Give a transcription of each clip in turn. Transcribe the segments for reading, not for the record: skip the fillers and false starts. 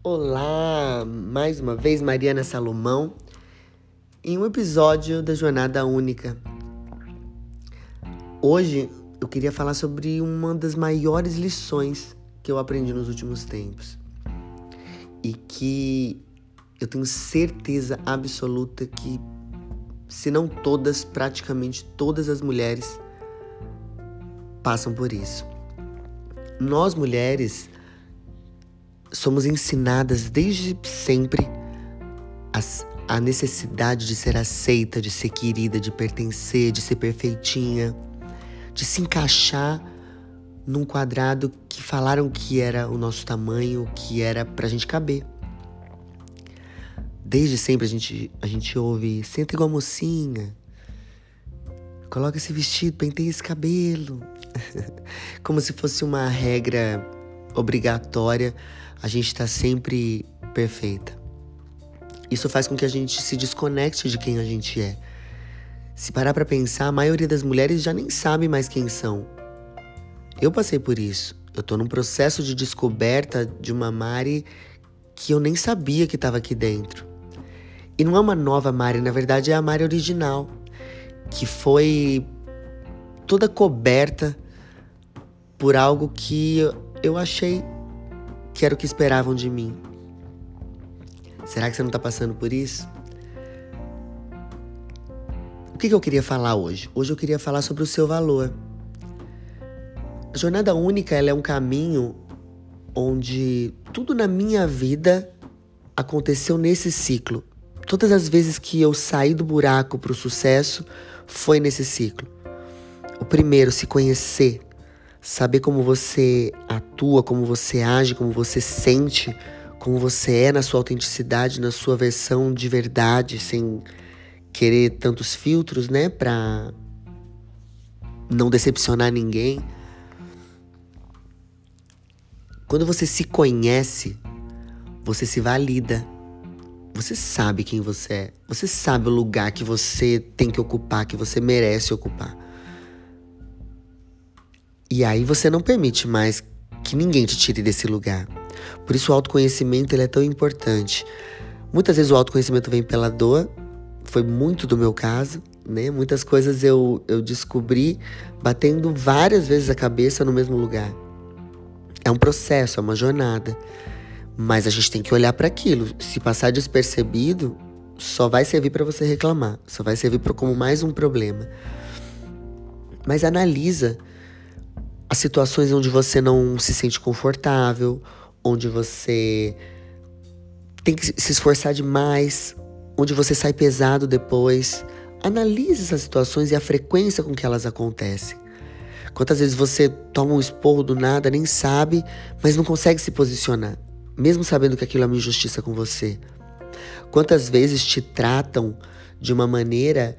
Olá, mais uma vez Mariana Salomão, em um episódio da Jornada Única. Hoje eu queria falar sobre uma das maiores lições que eu aprendi nos últimos tempos e que eu tenho certeza absoluta que, se não todas, praticamente todas as mulheres passam por isso. Nós mulheres somos ensinadas desde sempre a necessidade de ser aceita, de ser querida, de pertencer, de ser perfeitinha, de se encaixar num quadrado que falaram que era o nosso tamanho, que era pra gente caber. Desde sempre a gente ouve, senta igual mocinha, coloca esse vestido, penteia esse cabelo. Como se fosse uma regra obrigatória, a gente tá sempre perfeita. Isso faz com que a gente se desconecte de quem a gente é. Se parar pra pensar, a maioria das mulheres já nem sabe mais quem são. Eu passei por isso. Eu tô num processo de descoberta de uma Mari que eu nem sabia que tava aqui dentro. E não é uma nova Mari, na verdade é a Mari original, que foi toda coberta por algo que eu achei que era o que esperavam de mim. Será que você não tá passando por isso? O que eu queria falar hoje? Hoje eu queria falar sobre o seu valor. A Jornada Única, ela é um caminho onde tudo na minha vida aconteceu nesse ciclo. Todas as vezes que eu saí do buraco pro sucesso, foi nesse ciclo. O primeiro, se conhecer. Saber como você atua, como você age, como você sente, como você é na sua autenticidade, na sua versão de verdade, sem querer tantos filtros, né? Pra não decepcionar ninguém. Quando você se conhece, você se valida. Você sabe quem você é. Você sabe o lugar que você tem que ocupar, que você merece ocupar. E aí você não permite mais que ninguém te tire desse lugar. Por isso o autoconhecimento ele é tão importante. Muitas vezes o autoconhecimento vem pela dor. Foi muito do meu caso, né? Muitas coisas eu descobri batendo várias vezes a cabeça no mesmo lugar. É um processo, é uma jornada. Mas a gente tem que olhar para aquilo. Se passar despercebido, só vai servir para você reclamar. Só vai servir como mais um problema. Mas analisa as situações onde você não se sente confortável, onde você tem que se esforçar demais, onde você sai pesado depois. Analise essas situações e a frequência com que elas acontecem. Quantas vezes você toma um esporro do nada, nem sabe, mas não consegue se posicionar, mesmo sabendo que aquilo é uma injustiça com você. Quantas vezes te tratam de uma maneira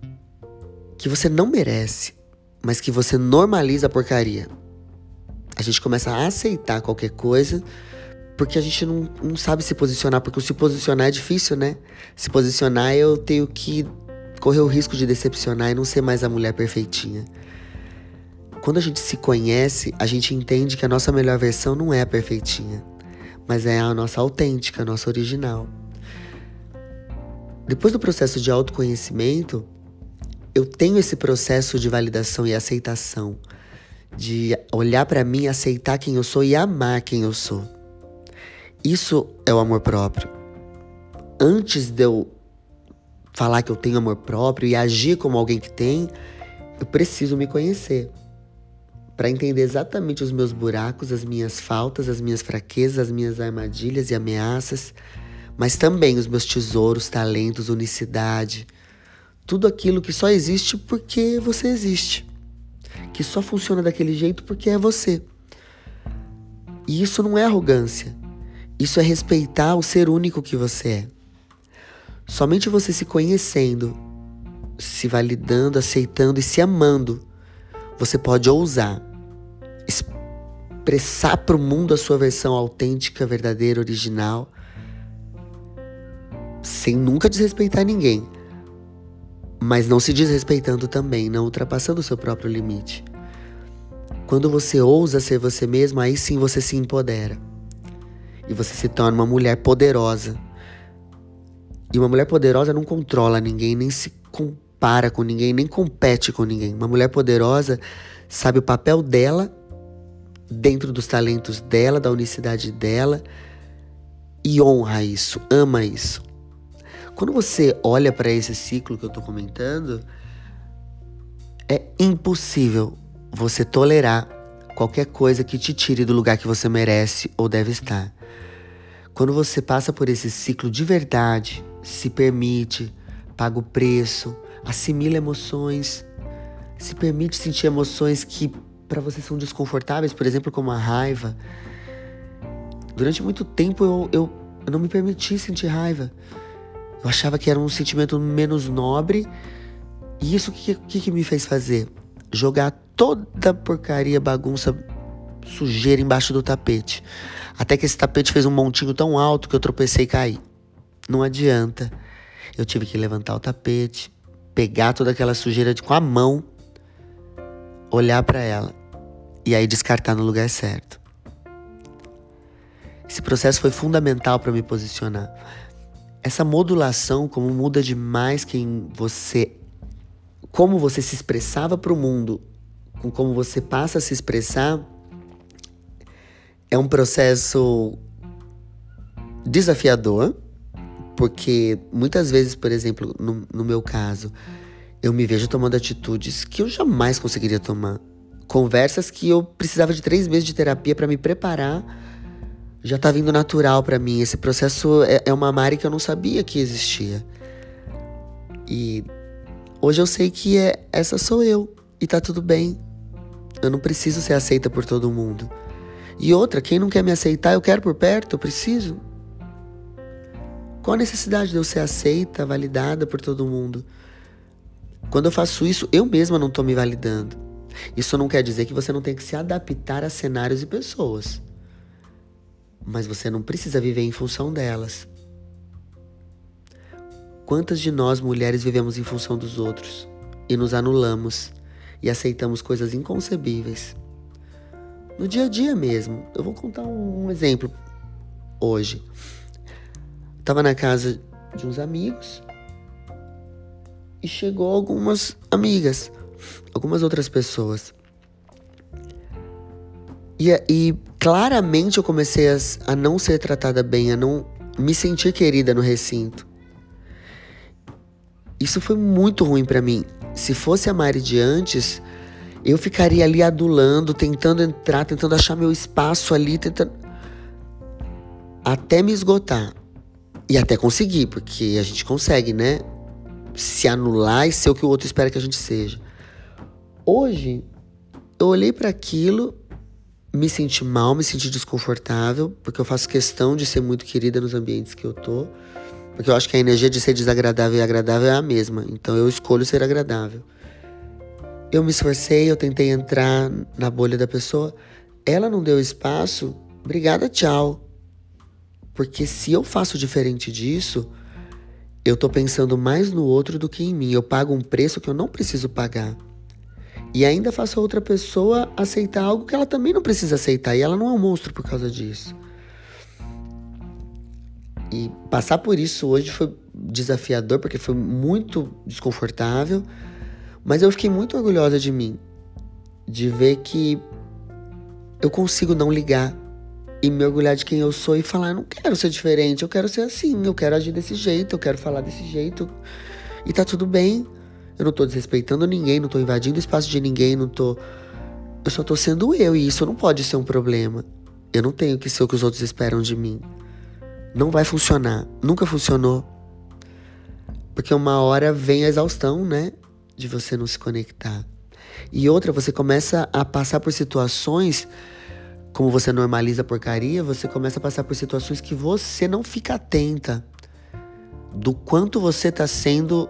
que você não merece, mas que você normaliza a porcaria. A gente começa a aceitar qualquer coisa porque a gente não sabe se posicionar, porque o se posicionar é difícil, né? Se posicionar eu tenho que correr o risco de decepcionar e não ser mais a mulher perfeitinha. Quando a gente se conhece, a gente entende que a nossa melhor versão não é a perfeitinha, mas é a nossa autêntica, a nossa original. Depois do processo de autoconhecimento, eu tenho esse processo de validação e aceitação, de olhar pra mim, aceitar quem eu sou e amar quem eu sou. Isso é o amor próprio. Antes de eu falar que eu tenho amor próprio e agir como alguém que tem, eu preciso me conhecer para entender exatamente os meus buracos, as minhas faltas, as minhas fraquezas, as minhas armadilhas e ameaças, mas também os meus tesouros, talentos, unicidade. Tudo aquilo que só existe porque você existe. Que só funciona daquele jeito porque é você. E isso não é arrogância. Isso é respeitar o ser único que você é. Somente você se conhecendo, se validando, aceitando e se amando, você pode ousar expressar para o mundo a sua versão autêntica, verdadeira, original, sem nunca desrespeitar ninguém. Mas não se desrespeitando também, não ultrapassando o seu próprio limite. Quando você ousa ser você mesmo, aí sim você se empodera. E você se torna uma mulher poderosa. E uma mulher poderosa não controla ninguém, nem se compara com ninguém, nem compete com ninguém. Uma mulher poderosa sabe o papel dela dentro dos talentos dela, da unicidade dela, e honra isso, ama isso. Quando você olha para esse ciclo que eu tô comentando, é impossível você tolerar qualquer coisa que te tire do lugar que você merece ou deve estar. Quando você passa por esse ciclo de verdade, se permite, paga o preço, assimila emoções, se permite sentir emoções que para você são desconfortáveis, por exemplo, como a raiva. Durante muito tempo eu não me permiti sentir raiva. Eu achava que era um sentimento menos nobre. E isso o que me fez fazer? Jogar toda porcaria, bagunça, sujeira embaixo do tapete. Até que esse tapete fez um montinho tão alto que eu tropecei e caí. Não adianta. Eu tive que levantar o tapete, pegar toda aquela sujeira com a mão, olhar pra ela e aí descartar no lugar certo. Esse processo foi fundamental para me posicionar. Essa modulação, como muda demais como você se expressava para o mundo, com como você passa a se expressar, é um processo desafiador, porque muitas vezes, por exemplo, no meu caso, eu me vejo tomando atitudes que eu jamais conseguiria tomar. Conversas que eu precisava de 3 meses de terapia para me preparar, já tá vindo natural para mim. Esse processo é uma Mari que eu não sabia que existia. E hoje eu sei que essa sou eu, e tá tudo bem. Eu não preciso ser aceita por todo mundo. E outra, quem não quer me aceitar, eu quero por perto, eu preciso. Qual a necessidade de eu ser aceita, validada por todo mundo? Quando eu faço isso, eu mesma não tô me validando. Isso não quer dizer que você não tem que se adaptar a cenários e pessoas. Mas você não precisa viver em função delas. Quantas de nós, mulheres, vivemos em função dos outros e nos anulamos e aceitamos coisas inconcebíveis? No dia a dia mesmo. Eu vou contar um exemplo hoje. Tava na casa de uns amigos e chegou algumas amigas, algumas outras pessoas. E claramente eu comecei a não ser tratada bem, a não me sentir querida no recinto. Isso foi muito ruim pra mim. Se fosse a Mari de antes, eu ficaria ali adulando, tentando entrar, tentando achar meu espaço ali, tentando até me esgotar. E até conseguir, porque a gente consegue, né? Se anular e ser o que o outro espera que a gente seja. Hoje, eu olhei pra aquilo, me senti mal, me senti desconfortável, porque eu faço questão de ser muito querida nos ambientes que eu tô. Porque eu acho que a energia de ser desagradável e agradável é a mesma. Então eu escolho ser agradável. Eu me esforcei, eu tentei entrar na bolha da pessoa. Ela não deu espaço, obrigada, tchau. Porque se eu faço diferente disso, eu tô pensando mais no outro do que em mim. Eu pago um preço que eu não preciso pagar. E ainda faço a outra pessoa aceitar algo que ela também não precisa aceitar. E ela não é um monstro por causa disso. E passar por isso hoje foi desafiador, porque foi muito desconfortável. Mas eu fiquei muito orgulhosa de mim. De ver que eu consigo não ligar e me orgulhar de quem eu sou e falar, eu não quero ser diferente, eu quero ser assim, eu quero agir desse jeito, eu quero falar desse jeito. E tá tudo bem. Eu não tô desrespeitando ninguém, não tô invadindo o espaço de ninguém, eu só tô sendo eu, e isso não pode ser um problema. Eu não tenho que ser o que os outros esperam de mim. Não vai funcionar. Nunca funcionou. Porque uma hora vem a exaustão, né? De você não se conectar. E outra, você começa a passar por situações, como você normaliza a porcaria, você começa a passar por situações que você não fica atenta do quanto você tá sendo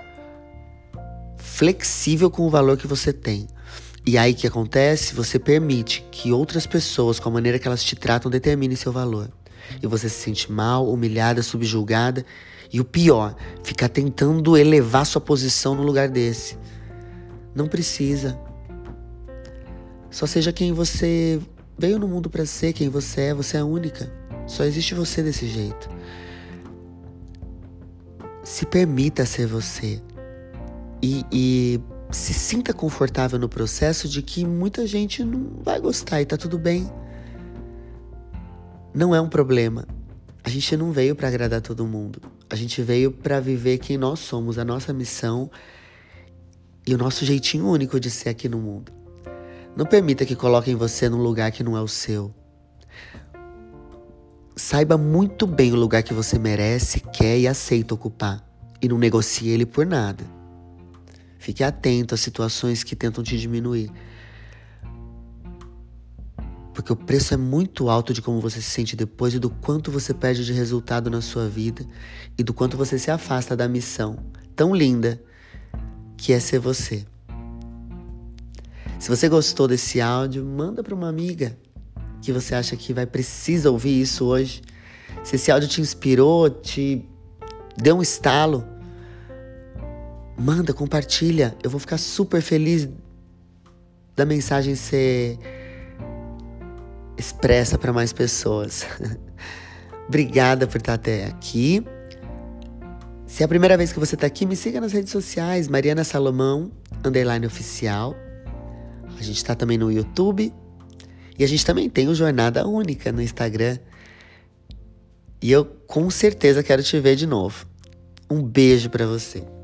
flexível com o valor que você tem. E aí o que acontece? Você permite que outras pessoas, com a maneira que elas te tratam, determinem seu valor. E você se sente mal, humilhada, subjugada. E o pior, ficar tentando elevar sua posição num lugar desse. Não precisa. Só seja quem você veio no mundo pra ser, quem você é única. Só existe você desse jeito. Se permita ser você. E se sinta confortável no processo de que muita gente não vai gostar e tá tudo bem. Não é um problema. A gente não veio pra agradar todo mundo. A gente veio pra viver quem nós somos, a nossa missão e o nosso jeitinho único de ser aqui no mundo. Não permita que coloquem você num lugar que não é o seu. Saiba muito bem o lugar que você merece, quer e aceita ocupar. E não negocie ele por nada. Fique atento às situações que tentam te diminuir. Porque o preço é muito alto de como você se sente depois e do quanto você perde de resultado na sua vida e do quanto você se afasta da missão tão linda que é ser você. Se você gostou desse áudio, manda para uma amiga que você acha que precisa ouvir isso hoje. Se esse áudio te inspirou, te deu um estalo, manda, compartilha. Eu vou ficar super feliz da mensagem ser expressa para mais pessoas. Obrigada por estar até aqui. Se é a primeira vez que você está aqui, me siga nas redes sociais, Mariana Salomão, _oficial. A gente está também no YouTube. E a gente também tem o Jornada Única no Instagram. E eu com certeza quero te ver de novo. Um beijo para você.